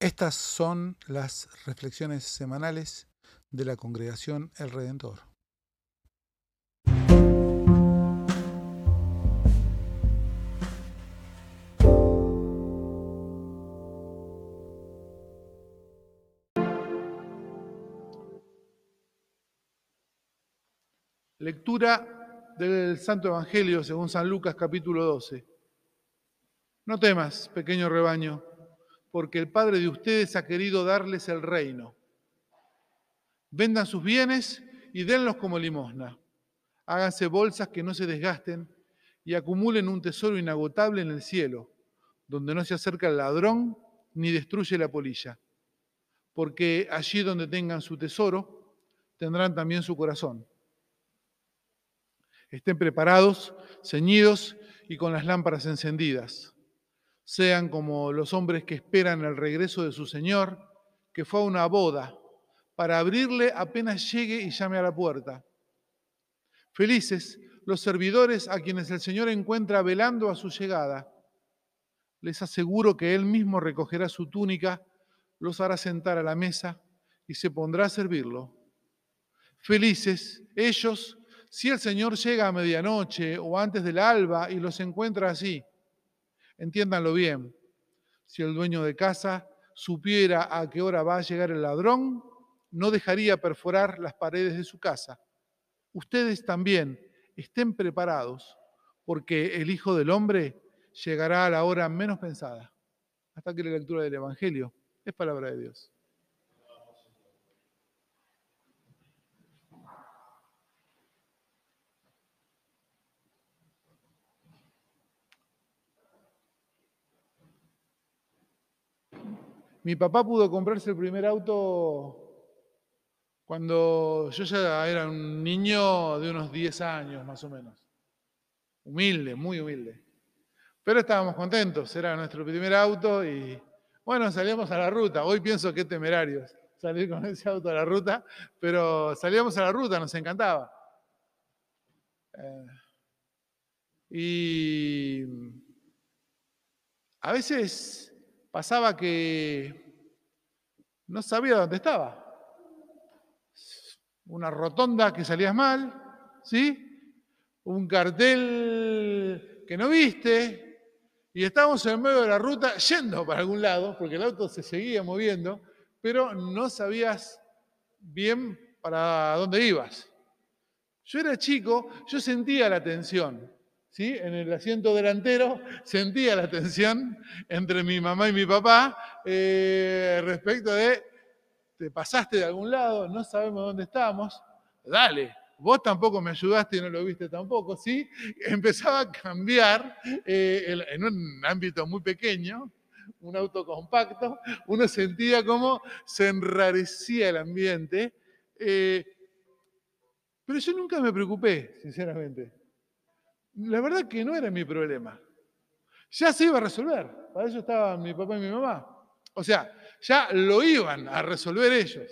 Estas son las reflexiones semanales de la Congregación El Redentor. Lectura del Santo Evangelio según San Lucas capítulo 12. No temas, pequeño rebaño, porque el Padre de ustedes ha querido darles el reino. Vendan sus bienes y denlos como limosna. Háganse bolsas que no se desgasten y acumulen un tesoro inagotable en el cielo, donde no se acerca el ladrón ni destruye la polilla. Porque allí donde tengan su tesoro, tendrán también su corazón. Estén preparados, ceñidos y con las lámparas encendidas. Sean como los hombres que esperan el regreso de su Señor, que fue a una boda, para abrirle apenas llegue y llame a la puerta. Felices los servidores a quienes el Señor encuentra velando a su llegada. Les aseguro que Él mismo recogerá su túnica, los hará sentar a la mesa y se pondrá a servirlo. Felices ellos si el Señor llega a medianoche o antes del alba y los encuentra así. Entiéndanlo bien. Si el dueño de casa supiera a qué hora va a llegar el ladrón, no dejaría perforar las paredes de su casa. Ustedes también estén preparados, porque el Hijo del Hombre llegará a la hora menos pensada. Hasta aquí la lectura del Evangelio. Es palabra de Dios. Mi papá pudo comprarse el primer auto cuando yo ya era un niño de unos 10 años, más o menos. Humilde, muy humilde. Pero estábamos contentos, era nuestro primer auto y bueno, salíamos a la ruta. Hoy pienso que temerarios salir con ese auto a la ruta, pero salíamos a la ruta, nos encantaba. Y a veces pasaba que no sabía dónde estaba. Una rotonda que salías mal, ¿sí? Un cartel que no viste, y estábamos en medio de la ruta yendo para algún lado, porque el auto se seguía moviendo, pero no sabías bien para dónde ibas. Yo era chico, yo sentía la tensión, ¿sí? En el asiento delantero sentía la tensión entre mi mamá y mi papá respecto de, te pasaste de algún lado, no sabemos dónde estamos, dale, vos tampoco me ayudaste y no lo viste tampoco, ¿sí? Empezaba a cambiar en un ámbito muy pequeño, un auto compacto, uno sentía cómo se enrarecía el ambiente, pero yo nunca me preocupé, sinceramente. La verdad que no era mi problema. Ya se iba a resolver, para eso estaban mi papá y mi mamá. O sea, ya lo iban a resolver ellos.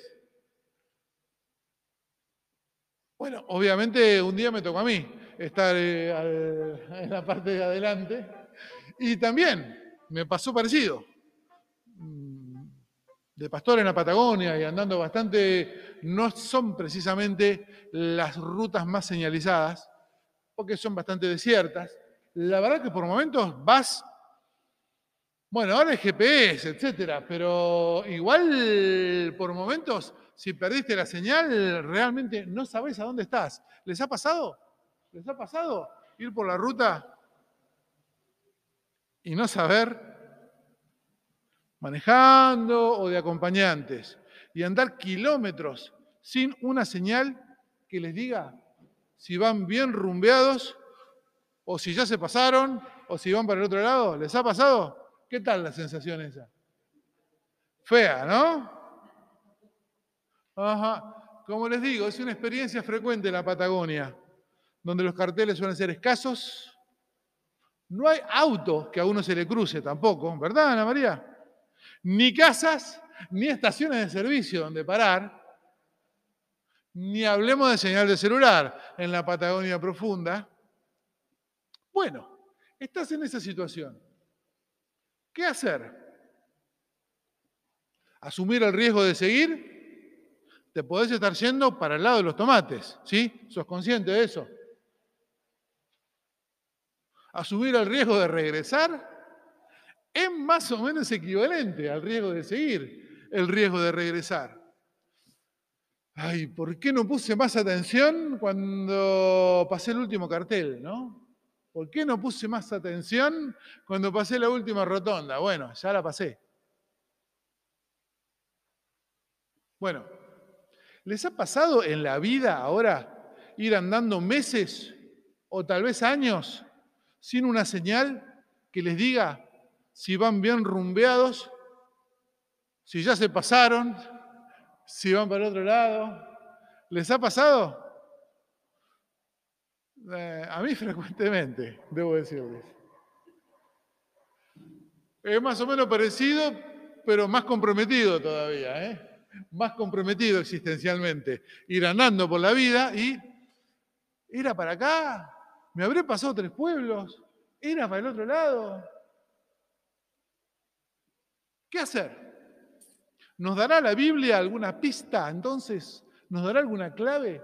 Bueno, obviamente un día me tocó a mí estar en la parte de adelante y también me pasó parecido. De pastor en la Patagonia y andando bastante, no son precisamente las rutas más señalizadas, porque son bastante desiertas. La verdad que por momentos vas, bueno, ahora hay GPS, etcétera, pero igual por momentos, si perdiste la señal, realmente no sabés a dónde estás. ¿Les ha pasado? ¿Les ha pasado ir por la ruta y no saber, manejando o de acompañantes, y andar kilómetros sin una señal que les diga si van bien rumbeados o si ya se pasaron o si van para el otro lado? ¿Les ha pasado? ¿Qué tal la sensación esa? Fea, ¿no? Ajá. Como les digo, es una experiencia frecuente en la Patagonia, donde los carteles suelen ser escasos. No hay auto que a uno se le cruce tampoco, ¿verdad, Ana María? Ni casas, ni estaciones de servicio donde parar, ni hablemos de señal de celular en la Patagonia profunda. Bueno, estás en esa situación. ¿Qué hacer? Asumir el riesgo de seguir, te podés estar yendo para el lado de los tomates, ¿sí? ¿Sos consciente de eso? Asumir el riesgo de regresar es más o menos equivalente al riesgo de seguir, el riesgo de regresar. Ay, ¿por qué no puse más atención cuando pasé el último cartel, no? ¿Por qué no puse más atención cuando pasé la última rotonda? Bueno, ya la pasé. Bueno, ¿les ha pasado en la vida ahora ir andando meses o tal vez años sin una señal que les diga si van bien rumbeados, si ya se pasaron, si van para el otro lado? ¿Les ha pasado? A mí frecuentemente, debo decirles. Es más o menos parecido, pero más comprometido todavía, ¿eh? Más comprometido existencialmente. Ir andando por la vida y era para acá, me habré pasado 3 pueblos, era para el otro lado. ¿Qué hacer? ¿Nos dará la Biblia alguna pista entonces? ¿Nos dará alguna clave?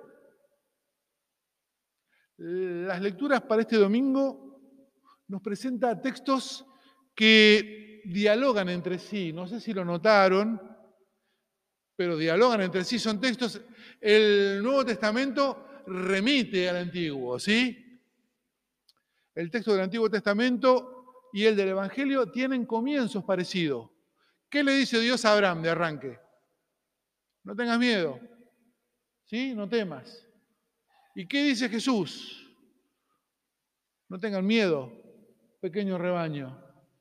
Las lecturas para este domingo nos presenta textos que dialogan entre sí. No sé si lo notaron, pero dialogan entre sí. Son textos, el Nuevo Testamento remite al Antiguo, ¿sí? El texto del Antiguo Testamento y el del Evangelio tienen comienzos parecidos. ¿Qué le dice Dios a Abraham de arranque? No tengas miedo, ¿sí? No temas. ¿Y qué dice Jesús? No tengan miedo, pequeño rebaño.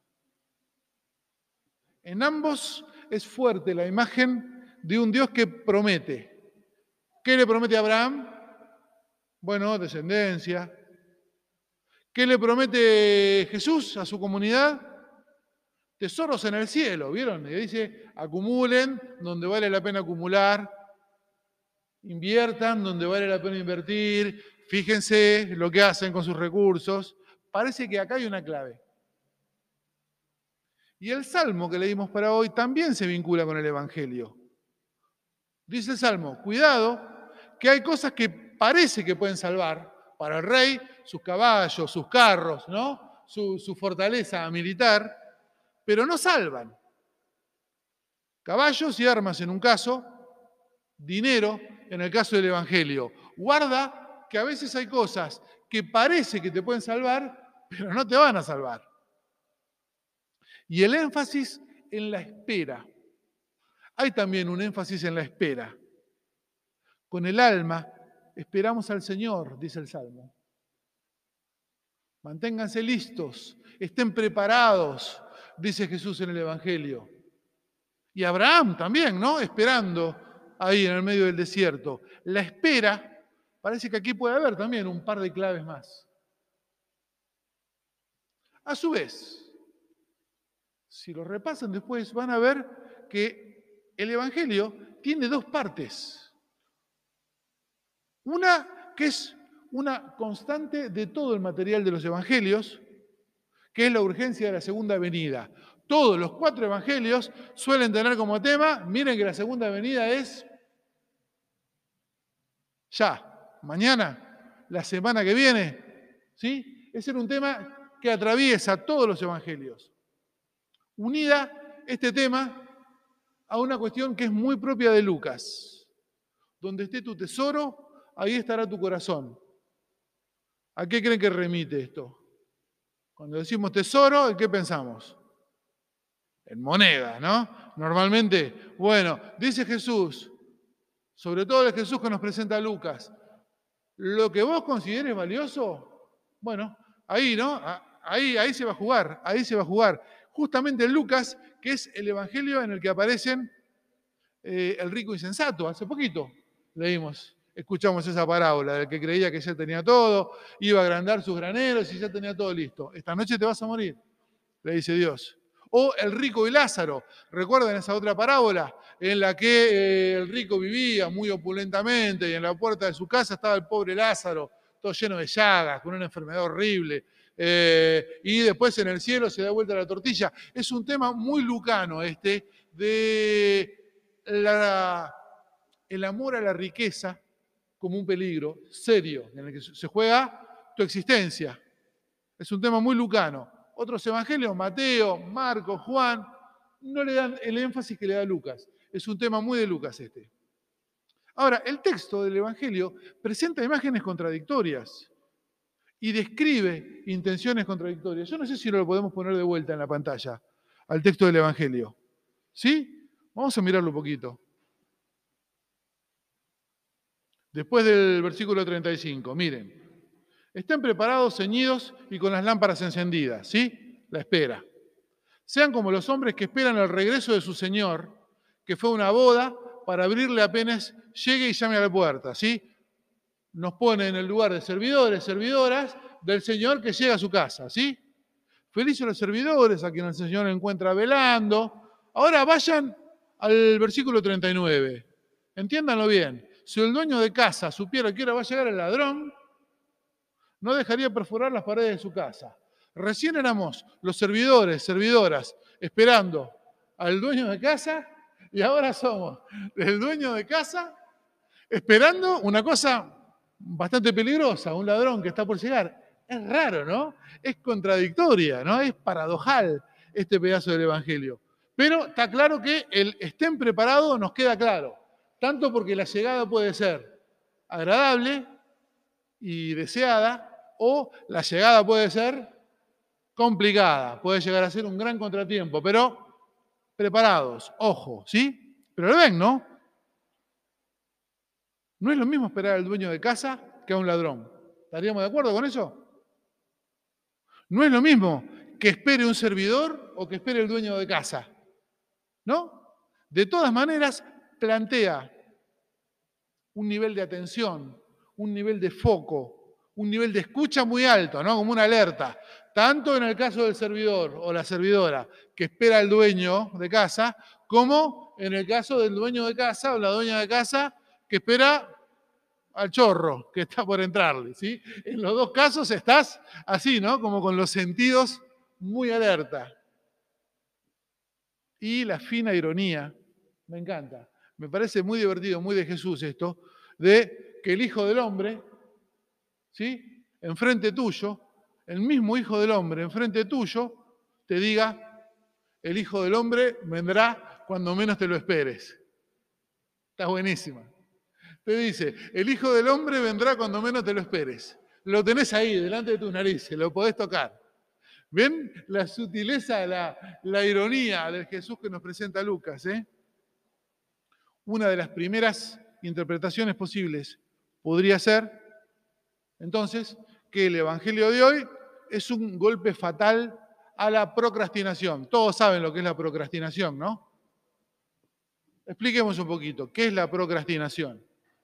En ambos es fuerte la imagen de un Dios que promete. ¿Qué le promete a Abraham? Bueno, descendencia. ¿Qué le promete Jesús a su comunidad? Tesoros en el cielo, ¿vieron? Y dice, acumulen donde vale la pena acumular, inviertan donde vale la pena invertir, fíjense lo que hacen con sus recursos. Parece que acá hay una clave. Y el Salmo que leímos para hoy también se vincula con el Evangelio. Dice el Salmo, cuidado, que hay cosas que parece que pueden salvar para el rey, sus caballos, sus carros, ¿no? Su fortaleza militar, pero no salvan. Caballos y armas en un caso, dinero en el caso del Evangelio. Guarda que a veces hay cosas que parece que te pueden salvar, pero no te van a salvar. Y el énfasis en la espera. Hay también un énfasis en la espera. Con el alma esperamos al Señor, dice el Salmo. Manténganse listos, estén preparados, dice Jesús en el Evangelio. Y Abraham también, ¿no? Esperando ahí en el medio del desierto. La espera, parece que aquí puede haber también un par de claves más. A su vez, si lo repasan después, van a ver que el Evangelio tiene 2 partes. Una que es una constante de todo el material de los Evangelios, que es la urgencia de la segunda venida. Todos los 4 evangelios suelen tener como tema, miren que la segunda venida es ya, mañana, la semana que viene. ¿Sí? Ese era un tema que atraviesa todos los evangelios. Unida este tema a una cuestión que es muy propia de Lucas. Donde esté tu tesoro, ahí estará tu corazón. ¿A qué creen que remite esto? Cuando decimos tesoro, ¿en qué pensamos? En monedas, ¿no? Normalmente, bueno, dice Jesús, sobre todo el Jesús que nos presenta Lucas, lo que vos consideres valioso, bueno, ahí, ¿no? Ahí se va a jugar, ahí se va a jugar. Justamente en Lucas, que es el evangelio en el que aparecen el rico insensato. Hace poquito leímos, escuchamos esa parábola del que creía que ya tenía todo, iba a agrandar sus graneros y ya tenía todo listo. Esta noche te vas a morir, le dice Dios. O el rico y Lázaro. ¿Recuerdan esa otra parábola en la que el rico vivía muy opulentamente y en la puerta de su casa estaba el pobre Lázaro, todo lleno de llagas, con una enfermedad horrible? y después en el cielo se da vuelta la tortilla. Es un tema muy lucano este de el amor a la riqueza como un peligro serio en el que se juega tu existencia. Es un tema muy lucano. Otros evangelios, Mateo, Marcos, Juan, no le dan el énfasis que le da Lucas. Es un tema muy de Lucas este. Ahora, el texto del evangelio presenta imágenes contradictorias y describe intenciones contradictorias. Yo no sé si lo podemos poner de vuelta en la pantalla al texto del evangelio. ¿Sí? Vamos a mirarlo un poquito. Después del versículo 35, miren. Estén preparados, ceñidos y con las lámparas encendidas, ¿sí? La espera. Sean como los hombres que esperan el regreso de su Señor, que fue una boda, para abrirle apenas llegue y llame a la puerta, ¿sí? Nos pone en el lugar de servidores, servidoras del Señor que llega a su casa, ¿sí? Felices los servidores a quienes el Señor encuentra velando. Ahora vayan al versículo 39. Entiéndanlo bien. Si el dueño de casa supiera que ahora va a llegar el ladrón, no dejaría perforar las paredes de su casa. Recién éramos los servidores, servidoras, esperando al dueño de casa, y ahora somos el dueño de casa esperando una cosa bastante peligrosa, un ladrón que está por llegar. Es raro, ¿no? Es contradictoria, ¿no? Es paradojal este pedazo del Evangelio. Pero está claro que el estén preparados nos queda claro. Tanto porque la llegada puede ser agradable y deseada, o la llegada puede ser complicada, puede llegar a ser un gran contratiempo, pero preparados, ojo, ¿sí? Pero lo ven, ¿no? No es lo mismo esperar al dueño de casa que a un ladrón. ¿Estaríamos de acuerdo con eso? No es lo mismo que espere un servidor o que espere el dueño de casa, ¿no? De todas maneras, plantea un nivel de atención, un nivel de foco, un nivel de escucha muy alto, ¿no? Como una alerta. Tanto en el caso del servidor o la servidora que espera al dueño de casa, como en el caso del dueño de casa o la dueña de casa que espera al chorro que está por entrarle, ¿sí? En los dos casos estás así, ¿no? Como con los sentidos muy alerta. Y la fina ironía, me encanta, me parece muy divertido, muy de Jesús esto, de que el Hijo del Hombre, ¿sí? Enfrente tuyo, el mismo Hijo del Hombre enfrente tuyo, te diga, el Hijo del Hombre vendrá cuando menos te lo esperes. Está buenísima. Te dice, el Hijo del Hombre vendrá cuando menos te lo esperes. Lo tenés ahí, delante de tus narices, lo podés tocar. ¿Ven la sutileza, la ironía del Jesús que nos presenta Lucas? Una de las primeras interpretaciones posibles podría ser, entonces, que el Evangelio de hoy es un golpe fatal a la procrastinación. Todos saben lo que es la procrastinación, ¿no? Expliquemos un poquito, ¿qué es la procrastinación?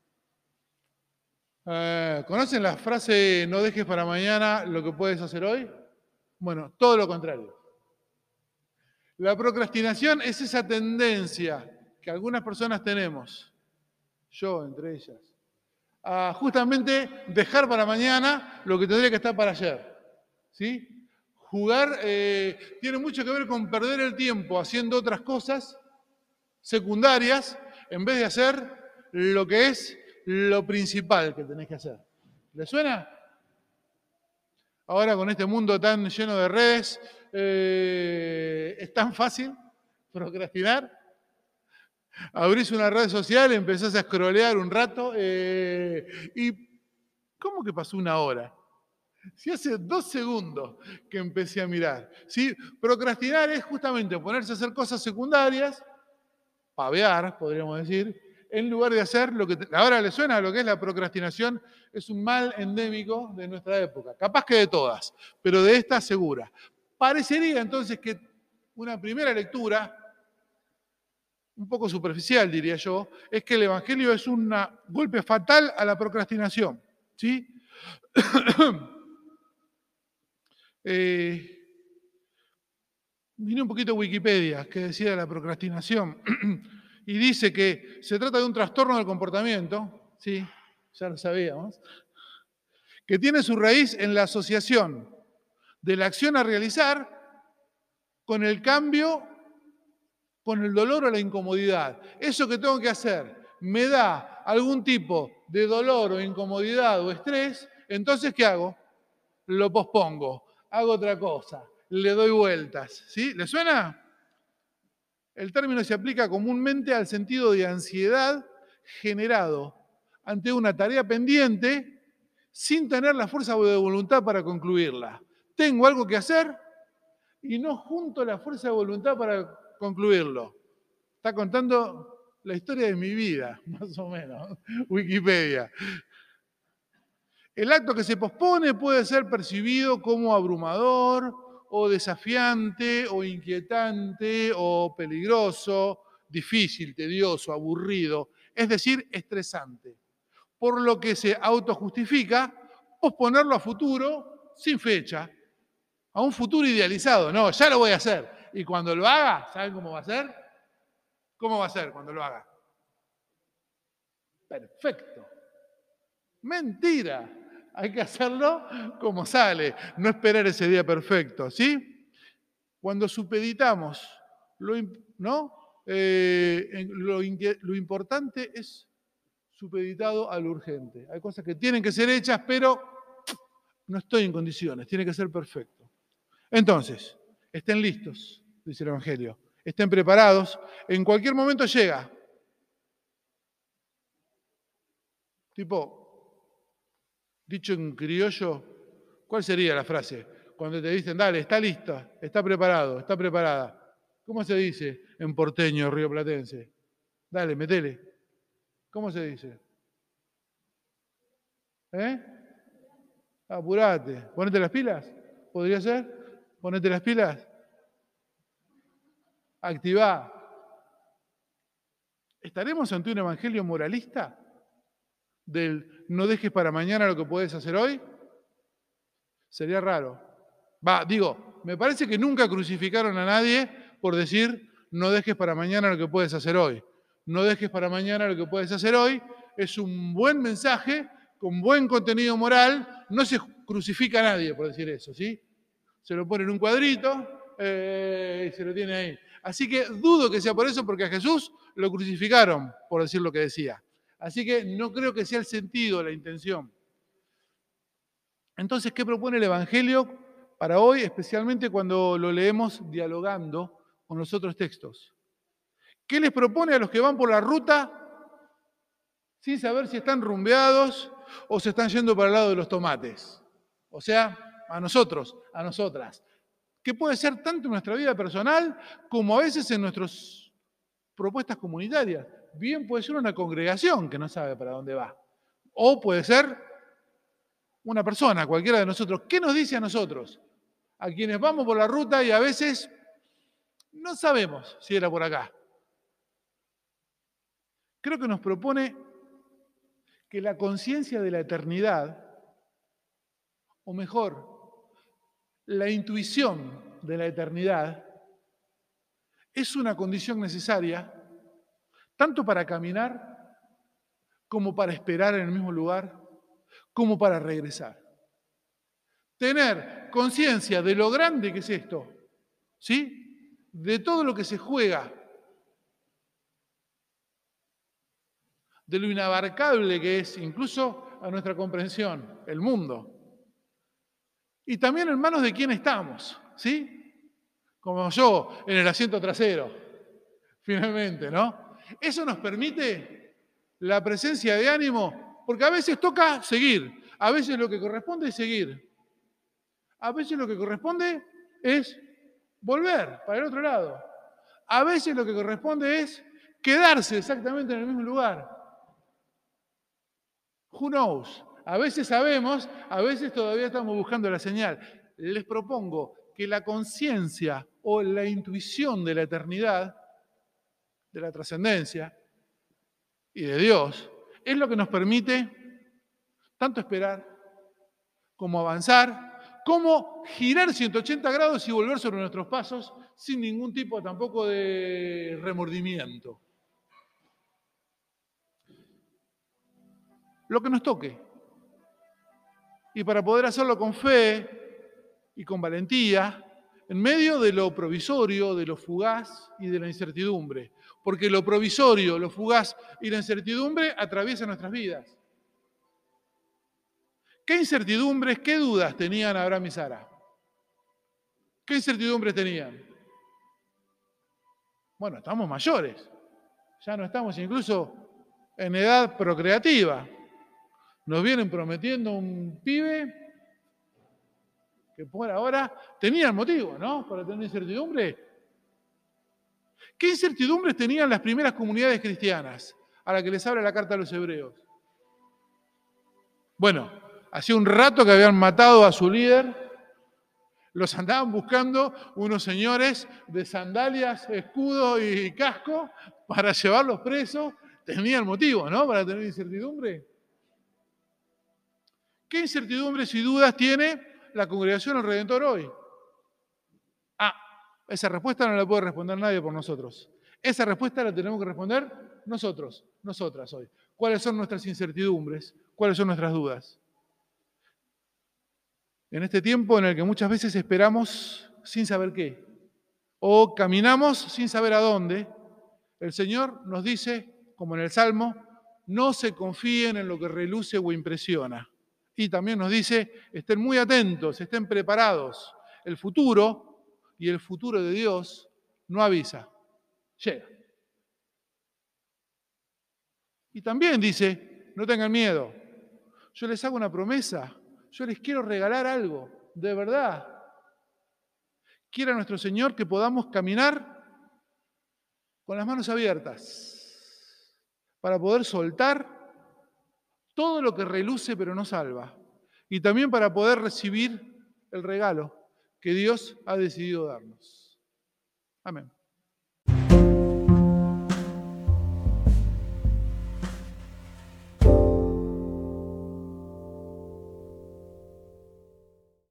¿Conocen la frase no dejes para mañana lo que puedes hacer hoy? Bueno, todo lo contrario. La procrastinación es esa tendencia que algunas personas tenemos, yo entre ellas, a justamente dejar para mañana lo que tendría que estar para ayer. ¿Sí? Jugar tiene mucho que ver con perder el tiempo haciendo otras cosas secundarias en vez de hacer lo que es lo principal que tenés que hacer. ¿Le suena? Ahora con este mundo tan lleno de redes, es tan fácil procrastinar. Abrís una red social, empezás a scrollear un rato y ¿cómo que pasó una hora? Si hace 2 segundos que empecé a mirar. ¿Sí? Procrastinar es justamente ponerse a hacer cosas secundarias, pavear, podríamos decir, en lugar de hacer lo que... Ahora le suena a lo que es la procrastinación, es un mal endémico de nuestra época, capaz que de todas, pero de esta segura. Parecería entonces que una primera lectura, un poco superficial diría yo, es que el Evangelio es un golpe fatal a la procrastinación. ¿Sí? Vine un poquito a Wikipedia, que decía la procrastinación, y dice que se trata de un trastorno del comportamiento, sí, ya lo sabíamos, que tiene su raíz en la asociación de la acción a realizar con el cambio, con el dolor o la incomodidad. Eso que tengo que hacer me da algún tipo de dolor o incomodidad o estrés, entonces ¿qué hago? Lo pospongo, hago otra cosa, le doy vueltas. ¿Sí? ¿Le suena? El término se aplica comúnmente al sentido de ansiedad generado ante una tarea pendiente sin tener la fuerza de voluntad para concluirla. Tengo algo que hacer y no junto la fuerza de voluntad para concluirlo. Está contando la historia de mi vida, más o menos. Wikipedia. El acto que se pospone puede ser percibido como abrumador o desafiante o inquietante o peligroso, difícil, tedioso, aburrido, es decir, estresante. Por lo que se autojustifica posponerlo a futuro sin fecha, a un futuro idealizado. No, ya lo voy a hacer. Y cuando lo haga, ¿saben cómo va a ser? ¿Cómo va a ser cuando lo haga? Perfecto. Mentira. Hay que hacerlo como sale, no esperar ese día perfecto, ¿sí? Cuando supeditamos ¿no? Lo importante es supeditado a lo urgente. Hay cosas que tienen que ser hechas, pero no estoy en condiciones, tiene que ser perfecto. Entonces, estén listos, dice el Evangelio, estén preparados, en cualquier momento llega. Tipo, dicho en criollo, ¿cuál sería la frase? Cuando te dicen, dale, está lista, está preparado, está preparada. ¿Cómo se dice en porteño rioplatense? Dale, metele. ¿Cómo se dice? ¿Eh? Apurate. ¿Ponete las pilas? ¿Podría ser? ¿Ponete las pilas? Activá. ¿Estaremos ante un evangelio moralista? Del no dejes para mañana lo que puedes hacer hoy. Sería raro. Me parece que nunca crucificaron a nadie por decir no dejes para mañana lo que puedes hacer hoy. No dejes para mañana lo que puedes hacer hoy. Es un buen mensaje, con buen contenido moral. No se crucifica a nadie por decir eso, ¿sí? Se lo pone en un cuadrito y se lo tiene ahí. Así que dudo que sea por eso, porque a Jesús lo crucificaron por decir lo que decía. Así que no creo que sea el sentido, la intención. Entonces, ¿qué propone el Evangelio para hoy, especialmente cuando lo leemos dialogando con los otros textos? ¿Qué les propone a los que van por la ruta sin saber si están rumbeados o se están yendo para el lado de los tomates? O sea, a nosotros, a nosotras. Que puede ser tanto en nuestra vida personal como a veces en nuestras propuestas comunitarias. Bien puede ser una congregación que no sabe para dónde va. O puede ser una persona, cualquiera de nosotros. ¿Qué nos dice a nosotros? A quienes vamos por la ruta y a veces no sabemos si era por acá. Creo que nos propone que la conciencia de la eternidad, o mejor, la intuición de la eternidad, es una condición necesaria tanto para caminar como para esperar en el mismo lugar, como para regresar. Tener conciencia de lo grande que es esto, ¿sí? De todo lo que se juega, de lo inabarcable que es, incluso a nuestra comprensión, el mundo. Y también en manos de quién estamos, ¿sí? Como yo, en el asiento trasero, finalmente, ¿no? Eso nos permite la presencia de ánimo, porque a veces toca seguir, a veces lo que corresponde es seguir, a veces lo que corresponde es volver para el otro lado, a veces lo que corresponde es quedarse exactamente en el mismo lugar. Who knows? A veces sabemos, a veces todavía estamos buscando la señal. Les propongo que la conciencia o la intuición de la eternidad, de la trascendencia y de Dios, es lo que nos permite tanto esperar como avanzar, como girar 180 grados y volver sobre nuestros pasos sin ningún tipo tampoco de remordimiento. Lo que nos toque. Y para poder hacerlo con fe y con valentía en medio de lo provisorio, de lo fugaz y de la incertidumbre. Porque lo provisorio, lo fugaz y la incertidumbre atraviesan nuestras vidas. ¿Qué incertidumbres, qué dudas tenían Abraham y Sara? ¿Qué incertidumbres tenían? Bueno, estamos mayores, ya no estamos incluso en edad procreativa. Nos vienen prometiendo un pibe que por ahora tenían motivo, ¿no? Para tener incertidumbre. ¿Qué incertidumbres tenían las primeras comunidades cristianas a las que les habla la carta a los hebreos? Bueno, hacía un rato que habían matado a su líder, los andaban buscando unos señores de sandalias, escudo y casco para llevarlos presos. Tenían motivo, ¿no? Para tener incertidumbre. ¿Qué incertidumbres y dudas tiene la congregación del Redentor hoy? Ah, esa respuesta no la puede responder nadie por nosotros. Esa respuesta la tenemos que responder nosotros, nosotras hoy. ¿Cuáles son nuestras incertidumbres? ¿Cuáles son nuestras dudas? En este tiempo en el que muchas veces esperamos sin saber qué, o caminamos sin saber a dónde, el Señor nos dice, como en el Salmo, no se confíen en lo que reluce o impresiona. Y también nos dice, estén muy atentos, estén preparados. El futuro y el futuro de Dios no avisa, llega. Y también dice, no tengan miedo, yo les hago una promesa, yo les quiero regalar algo, de verdad. Quiera nuestro Señor que podamos caminar con las manos abiertas para poder soltar todo lo que reluce pero no salva. Y también para poder recibir el regalo que Dios ha decidido darnos. Amén.